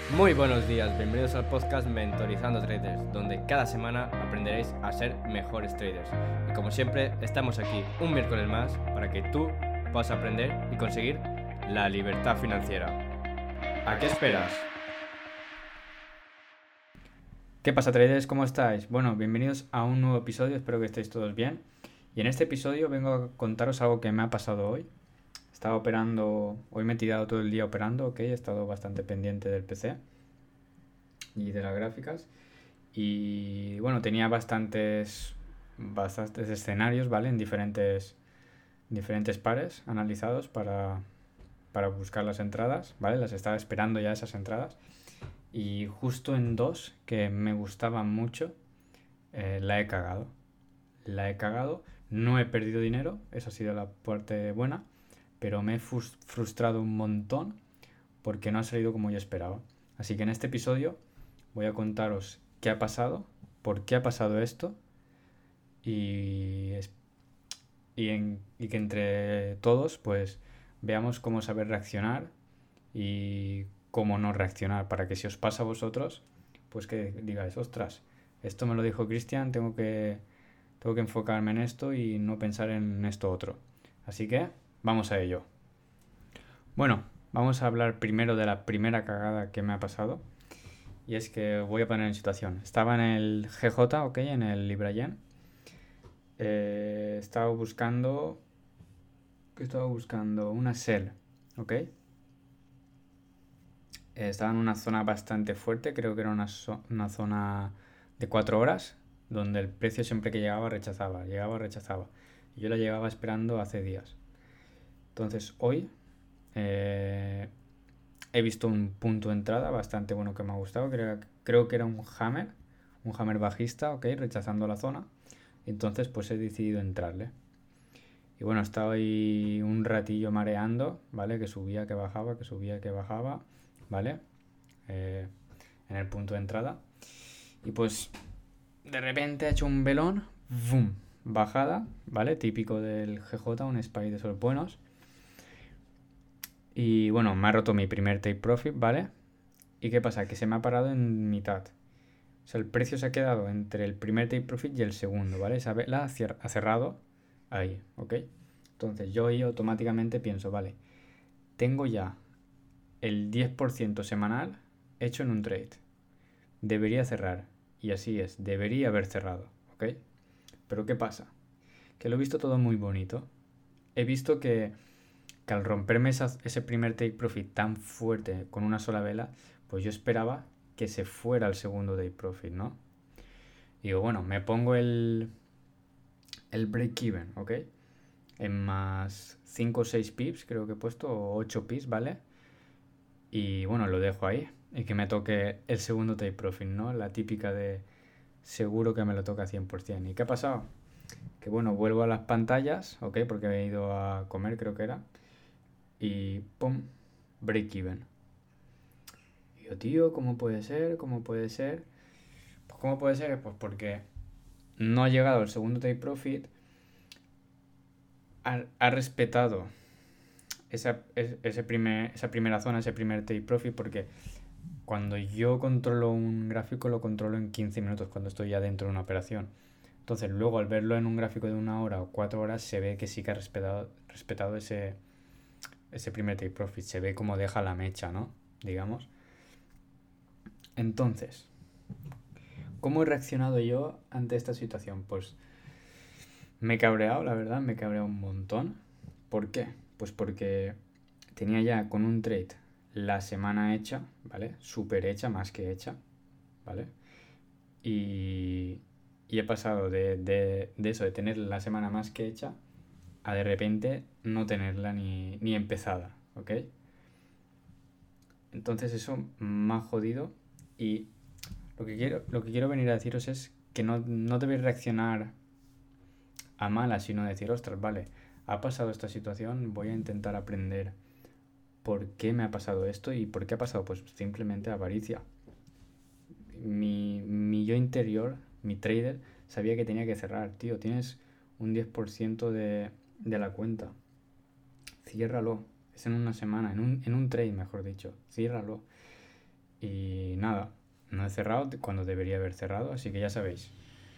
Muy buenos días, bienvenidos al podcast Mentorizando Traders, donde cada semana aprenderéis a ser mejores traders. Y como siempre, estamos aquí un miércoles más para que tú puedas aprender y conseguir la libertad financiera. ¿A qué esperas? ¿Qué pasa, traders? ¿Cómo estáis? Bueno, bienvenidos a un nuevo episodio, espero que estéis todos bien. Y en este episodio vengo a contaros algo que me ha pasado hoy. Estaba operando, hoy me he tirado todo el día operando, ok, he estado bastante pendiente del PC y de las gráficas. Y bueno, tenía bastantes escenarios, ¿vale? En diferentes pares analizados para buscar las entradas, ¿vale? Las estaba esperando ya esas entradas. Y justo en dos que me gustaban mucho, la he cagado. La he cagado, no he perdido dinero, esa ha sido la parte buena, pero me he frustrado un montón porque no ha salido como yo esperaba. Así que en este episodio voy a contaros qué ha pasado, por qué ha pasado esto y, y que entre todos pues veamos cómo saber reaccionar y cómo no reaccionar para que si os pasa a vosotros pues que digáis, ostras, esto me lo dijo Cristian, tengo que enfocarme en esto y no pensar en esto otro. Así que vamos a ello. Bueno, vamos a hablar primero de la primera cagada que me ha pasado. Y es que voy a poner en situación. Estaba en el GJ, ok, en el Librayen. Estaba buscando... ¿Qué estaba buscando? Una sell, ok. Estaba en una zona bastante fuerte, creo que era una zona de 4 horas, donde el precio siempre que llegaba rechazaba, llegaba, rechazaba. Y yo la llevaba esperando hace días. Entonces hoy he visto un punto de entrada bastante bueno que me ha gustado. Creo que era un hammer bajista, ok, rechazando la zona. Entonces pues he decidido entrarle. Y bueno, estaba ahí un ratillo mareando, ¿vale? Que subía, que bajaba, que subía, que bajaba, ¿vale? Eh, en el punto de entrada. Y pues de repente ha hecho un velón, ¡vum! Bajada, ¿vale? Típico del GJ, un spike de esos buenos. Y bueno, me ha roto mi primer take profit, ¿vale? ¿Y qué pasa? Que se me ha parado en mitad. O sea, el precio se ha quedado entre el primer take profit y el segundo, ¿vale? Esa vela ha cerrado ahí, ¿ok? Entonces yo ahí automáticamente pienso, vale, tengo ya el 10% semanal hecho en un trade. Debería cerrar. Y así es, debería haber cerrado, ¿ok? Pero ¿qué pasa? Que lo he visto todo muy bonito. He visto que al romperme ese primer take profit tan fuerte con una sola vela, pues yo esperaba que se fuera al segundo take profit, ¿no? Digo, bueno, me pongo el break even, ¿ok? En más 5 o 6 pips, creo que he puesto, o 8 pips, ¿vale? Y bueno, lo dejo ahí. Y que me toque el segundo take profit, ¿no? La típica de seguro que me lo toca 100%. ¿Y qué ha pasado? Que bueno, vuelvo a las pantallas, ¿ok? Porque he ido a comer, creo que era. Y ¡pum! Break even. Y yo, tío, ¿cómo puede ser? ¿Cómo puede ser? Pues ¿cómo puede ser? Pues porque no ha llegado el segundo take profit, ha respetado esa primera zona, ese primer take profit, porque cuando yo controlo un gráfico lo controlo en 15 minutos cuando estoy ya dentro de una operación. Entonces luego al verlo en un gráfico de 1 hora o 4 horas se ve que sí que ha respetado ese primer take profit, se ve como deja la mecha, ¿no? Digamos. Entonces, ¿cómo he reaccionado yo ante esta situación? Pues me he cabreado, la verdad, me he cabreado un montón. ¿Por qué? Pues porque tenía ya con un trade la semana hecha, ¿vale? Súper hecha, más que hecha, ¿vale? Y, y he pasado de eso, de tener la semana más que hecha, a de repente no tenerla ni empezada, ¿ok? Entonces eso me ha jodido y lo que quiero venir a deciros es que no debéis reaccionar a malas, sino decir, ostras, vale, ha pasado esta situación, voy a intentar aprender por qué me ha pasado esto y por qué ha pasado, pues simplemente avaricia. Mi yo interior, mi trader, sabía que tenía que cerrar, tío, tienes un 10% de la cuenta, ciérralo, es en una semana, en un trade, mejor dicho, ciérralo. Y nada, no he cerrado cuando debería haber cerrado, así que ya sabéis.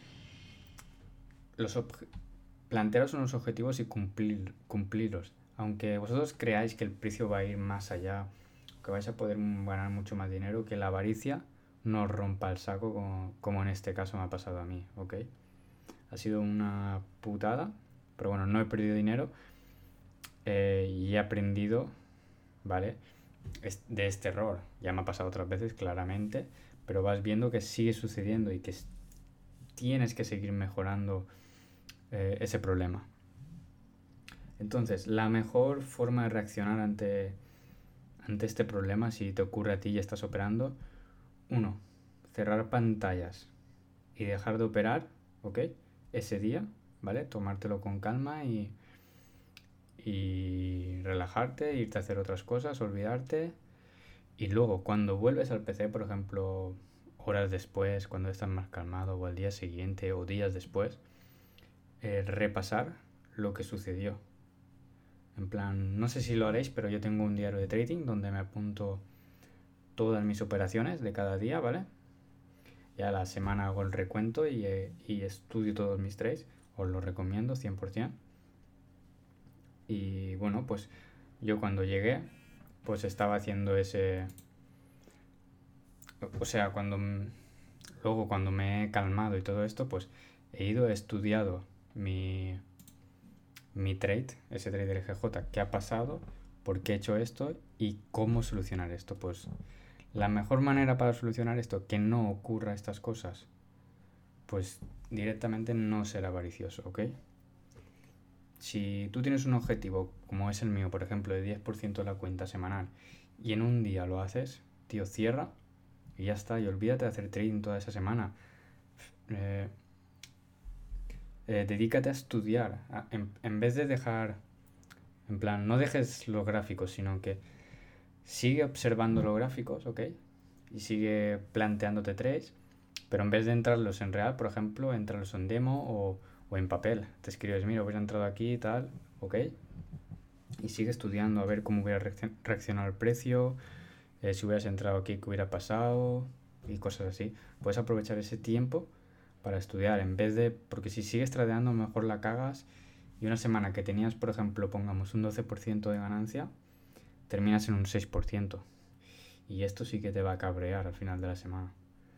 Plantearos unos objetivos y cumplirlos. Aunque vosotros creáis que el precio va a ir más allá, que vais a poder ganar mucho más dinero, que la avaricia no os rompa el saco como en este caso me ha pasado a mí, ¿ok? Ha sido una putada, pero bueno, no he perdido dinero y he aprendido, ¿vale? De este error. Ya me ha pasado otras veces, claramente, pero vas viendo que sigue sucediendo y que tienes que seguir mejorando ese problema. Entonces, la mejor forma de reaccionar ante este problema, si te ocurre a ti y estás operando, 1. Cerrar pantallas y dejar de operar, ¿ok? Ese día, ¿vale? Tomártelo con calma y relajarte, irte a hacer otras cosas, olvidarte. Y luego, cuando vuelves al PC, por ejemplo, horas después, cuando estás más calmado, o al día siguiente, o días después, repasar lo que sucedió. En plan, no sé si lo haréis, pero yo tengo un diario de trading donde me apunto todas mis operaciones de cada día, ¿vale? Ya a la semana hago el recuento y estudio todos mis trades. Os lo recomiendo 100%. Y bueno, pues yo cuando llegué, pues estaba haciendo ese... O sea, luego cuando me he calmado y todo esto, pues he estudiado mi trade, ese trade del GJ, qué ha pasado, por qué he hecho esto y cómo solucionar esto. Pues la mejor manera para solucionar esto, que no ocurra estas cosas, pues directamente no ser avaricioso, ¿ok? Si tú tienes un objetivo, como es el mío, por ejemplo, de 10% de la cuenta semanal, y en un día lo haces, tío, cierra y ya está, y olvídate de hacer trading toda esa semana. Dedícate a estudiar, en vez de dejar, en plan, no dejes los gráficos, sino que sigue observando los gráficos, ¿ok? Y sigue planteándote trades, pero en vez de entrarlos en real, por ejemplo, entrarlos en demo o en papel. Te escribes, mira, hubiera entrado aquí y tal, ¿ok? Y sigue estudiando a ver cómo hubiera reaccionado el precio, si hubieras entrado aquí, qué hubiera pasado y cosas así. Puedes aprovechar ese tiempo para estudiar en vez de... Porque si sigues tradeando, mejor la cagas y una semana que tenías, por ejemplo, pongamos un 12% de ganancia, terminas en un 6%. Y esto sí que te va a cabrear al final de la semana.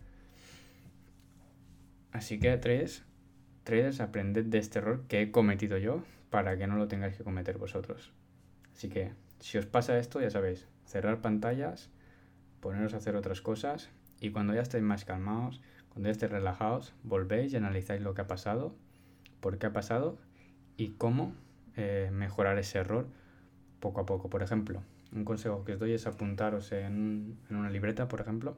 Así que traders, aprended de este error que he cometido yo para que no lo tengáis que cometer vosotros. Así que si os pasa esto, ya sabéis, cerrar pantallas, poneros a hacer otras cosas y cuando ya estéis más calmados, cuando ya estéis relajados, volvéis y analizáis lo que ha pasado, por qué ha pasado y cómo mejorar ese error poco a poco. Por ejemplo, un consejo que os doy es apuntaros en una libreta, por ejemplo,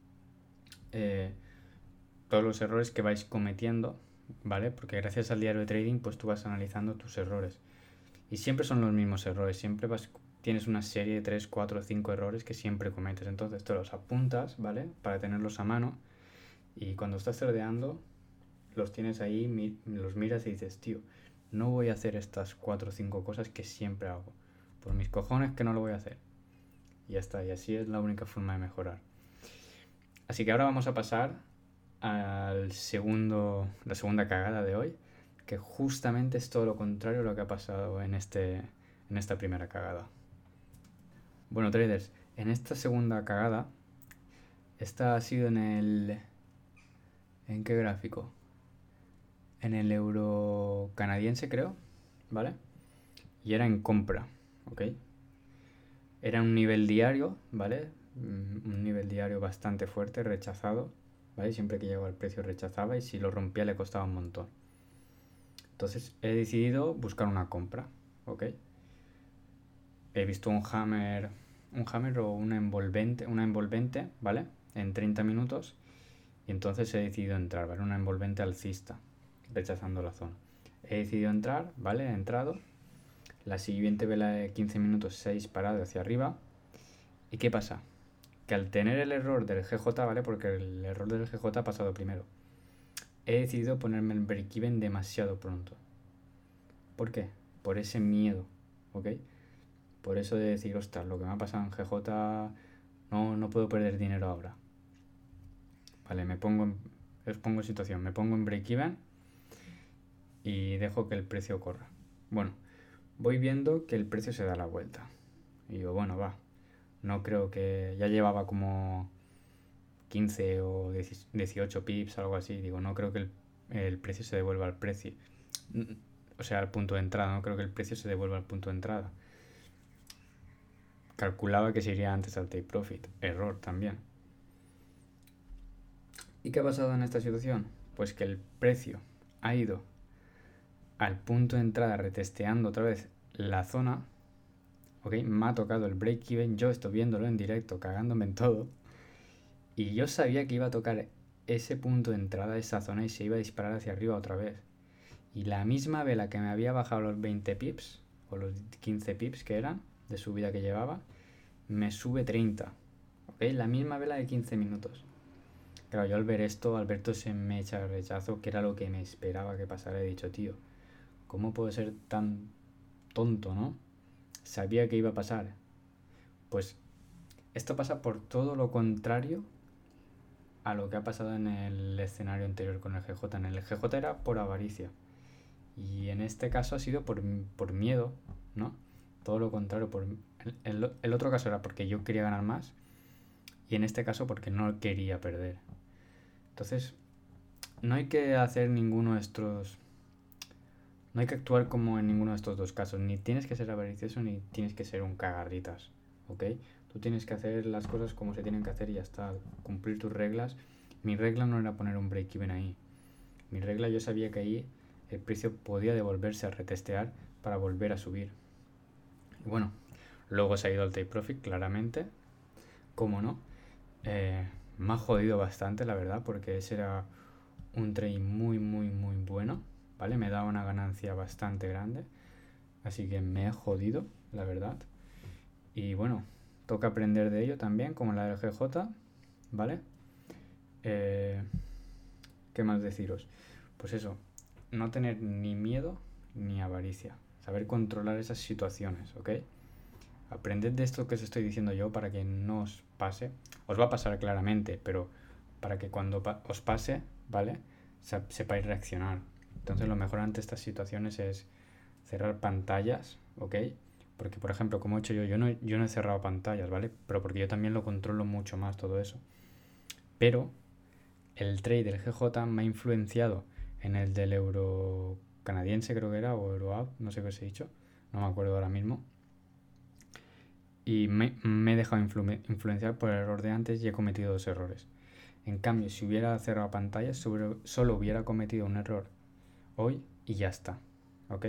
todos los errores que vais cometiendo, ¿vale? Porque gracias al diario de trading, pues tú vas analizando tus errores. Y siempre son los mismos errores, siempre tienes una serie de 3, 4, 5 errores que siempre cometes. Entonces te los apuntas, ¿vale? Para tenerlos a mano. Y cuando estás tradeando, los tienes ahí, los miras y dices, tío, no voy a hacer estas 4 o 5 cosas que siempre hago. Por mis cojones que no lo voy a hacer. Y ya está, y así es la única forma de mejorar. Así que ahora vamos a pasar a la segunda cagada de hoy, que justamente es todo lo contrario a lo que ha pasado en esta primera cagada. Bueno, traders, en esta segunda cagada, esta ha sido ¿en qué gráfico? En el euro canadiense, creo, ¿vale? Y era en compra, ¿ok? Era un nivel diario, ¿vale? Un nivel diario bastante fuerte, rechazado, ¿vale? Siempre que llegaba el precio rechazaba y si lo rompía le costaba un montón. Entonces he decidido buscar una compra, ¿ok? He visto un hammer o una envolvente, ¿vale? En 30 minutos y entonces he decidido entrar, ¿vale? Una envolvente alcista, rechazando la zona. He decidido entrar, ¿vale? He entrado. La siguiente vela de 15 minutos se ha disparado hacia arriba. ¿Y qué pasa? Que al tener el error del GJ, ¿vale? Porque el error del GJ ha pasado primero. He decidido ponerme el break-even demasiado pronto. ¿Por qué? Por ese miedo, ¿ok? Por eso de decir, ostras, lo que me ha pasado en GJ no puedo perder dinero ahora. Vale, os pongo en situación, me pongo en break-even y dejo que el precio corra. Bueno, voy viendo que el precio se da la vuelta. Y digo, bueno, va, no creo que... Ya llevaba como 15 o 18 pips, algo así. Digo, no creo que el precio se devuelva al precio. O sea, al punto de entrada, no creo que el precio se devuelva al punto de entrada. Calculaba que se iría antes al take profit. Error también. ¿Y qué ha pasado en esta situación? Pues que el precio ha ido al punto de entrada retesteando otra vez la zona. ¿Ok? Me ha tocado el break-even. Yo estoy viéndolo en directo, cagándome en todo. Y yo sabía que iba a tocar ese punto de entrada, esa zona, y se iba a disparar hacia arriba otra vez. Y la misma vela que me había bajado los 20 pips, o los 15 pips que eran, de subida que llevaba, me sube 30. ¿Ok? La misma vela de 15 minutos. Claro, yo al ver esto, Alberto se me echa el rechazo, que era lo que me esperaba que pasara. He dicho, tío, ¿cómo puedo ser tan tonto, no? Sabía que iba a pasar. Pues esto pasa por todo lo contrario a lo que ha pasado en el escenario anterior con el GJ. En el GJ era por avaricia. Y en este caso ha sido por miedo, ¿no? Todo lo contrario. El otro caso era porque yo quería ganar más. Y en este caso porque no quería perder. Entonces, no hay que hacer ninguno de estos... No hay que actuar como en ninguno de estos dos casos. Ni tienes que ser avaricioso ni tienes que ser un cagarritas. ¿Ok? Tú tienes que hacer las cosas como se tienen que hacer y ya está. Cumplir tus reglas. Mi regla no era poner un break-even ahí. Mi regla, yo sabía que ahí el precio podía devolverse a retestear para volver a subir. Y bueno, luego se ha ido al take profit, claramente. ¿Cómo no? Me ha jodido bastante, la verdad, porque ese era un trade muy bueno, ¿vale? Me daba una ganancia bastante grande, así que me he jodido, la verdad. Y bueno, toca aprender de ello también, como la del GJ, ¿vale? ¿Qué más deciros? Pues eso, no tener ni miedo ni avaricia, saber controlar esas situaciones, ¿ok? Aprended de esto que os estoy diciendo yo para que no os pase. Os va a pasar claramente, pero para que cuando os pase, ¿vale? Sepáis reaccionar. Entonces lo mejor ante estas situaciones es cerrar pantallas, ¿ok? Porque, por ejemplo, como he hecho yo no he cerrado pantallas, ¿vale? Pero porque yo también lo controlo mucho más todo eso. Pero el trade del GJ me ha influenciado en el del euro canadiense, creo que era, o euro no sé qué os he dicho, no me acuerdo ahora mismo. Y me he dejado influenciar por el error de antes y he cometido 2 errores. En cambio, si hubiera cerrado pantallas, solo hubiera cometido un error hoy y ya está. ¿Ok?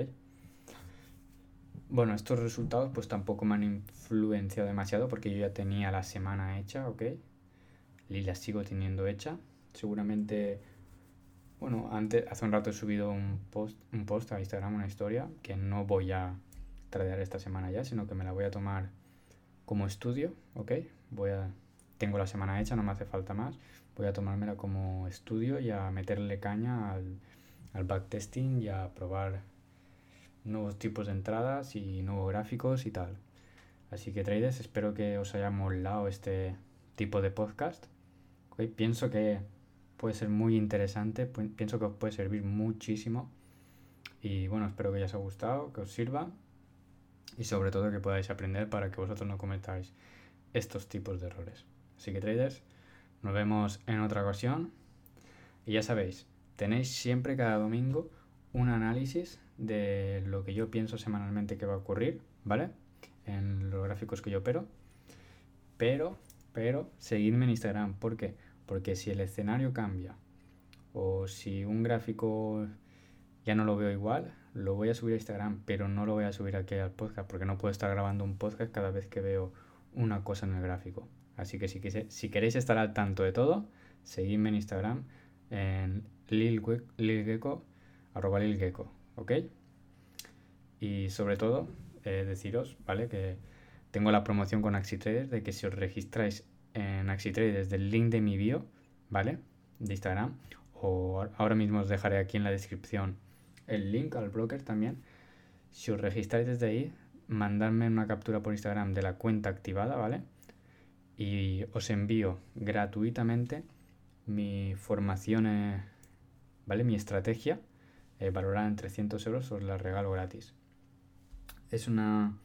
Bueno, estos resultados pues tampoco me han influenciado demasiado porque yo ya tenía la semana hecha, ¿ok? Y la sigo teniendo hecha. Seguramente, bueno, hace un rato he subido un post a Instagram, una historia, que no voy a tradear esta semana ya, sino que me la voy a tomar como estudio, ¿ok? Tengo la semana hecha, no me hace falta más. Voy a tomármela como estudio y a meterle caña al backtesting y a probar nuevos tipos de entradas y nuevos gráficos y tal. Así que traders, espero que os haya molado este tipo de podcast. ¿Okay? Pienso que puede ser muy interesante, pienso que os puede servir muchísimo. Y bueno, espero que os haya gustado, que os sirva y sobre todo que podáis aprender para que vosotros no cometáis estos tipos de errores. Así que traders, nos vemos en otra ocasión y ya sabéis, tenéis siempre cada domingo un análisis de lo que yo pienso semanalmente que va a ocurrir, ¿vale? En los gráficos que yo opero. Pero seguidme en Instagram. ¿Por qué? Porque si el escenario cambia o si un gráfico ya no lo veo igual, lo voy a subir a Instagram, pero no lo voy a subir aquí al podcast porque no puedo estar grabando un podcast cada vez que veo una cosa en el gráfico. Así que si queréis estar al tanto de todo, seguidme en Instagram en lilgecko, @lilgecko, ¿ok? Y sobre todo, deciros, ¿vale? Que tengo la promoción con AxiTrader de que si os registráis en AxiTrader desde el link de mi bio, ¿vale? De Instagram, o ahora mismo os dejaré aquí en la descripción el link al broker también. Si os registráis desde ahí, mandadme una captura por Instagram de la cuenta activada, ¿vale? y os envío gratuitamente mi formación, ¿vale? Mi estrategia, valorada en 300 euros, os la regalo gratis. Es un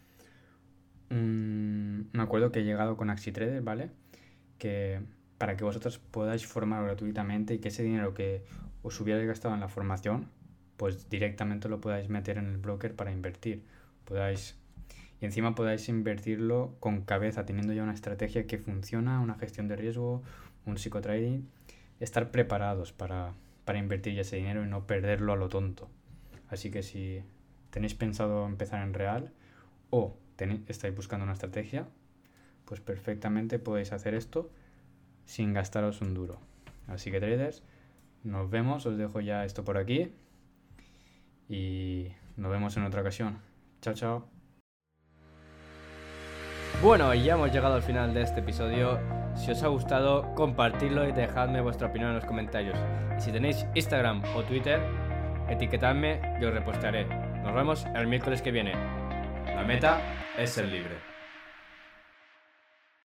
acuerdo que he llegado con AxiTrader, ¿vale? Que para que vosotros podáis formar gratuitamente y que ese dinero que os hubierais gastado en la formación, pues directamente lo podáis meter en el broker para invertir. Y encima podáis invertirlo con cabeza, teniendo ya una estrategia que funciona, una gestión de riesgo, un psicotrading, estar preparados para invertir ya ese dinero y no perderlo a lo tonto. Así que si tenéis pensado empezar en real o estáis buscando una estrategia, pues perfectamente podéis hacer esto sin gastaros un duro. Así que traders, nos vemos, os dejo ya esto por aquí y nos vemos en otra ocasión. Chao, chao. Bueno, ya hemos llegado al final de este episodio. Si os ha gustado, compartidlo y dejadme vuestra opinión en los comentarios. Y si tenéis Instagram o Twitter, etiquetadme y os repostaré. Nos vemos el miércoles que viene. La meta es ser libre.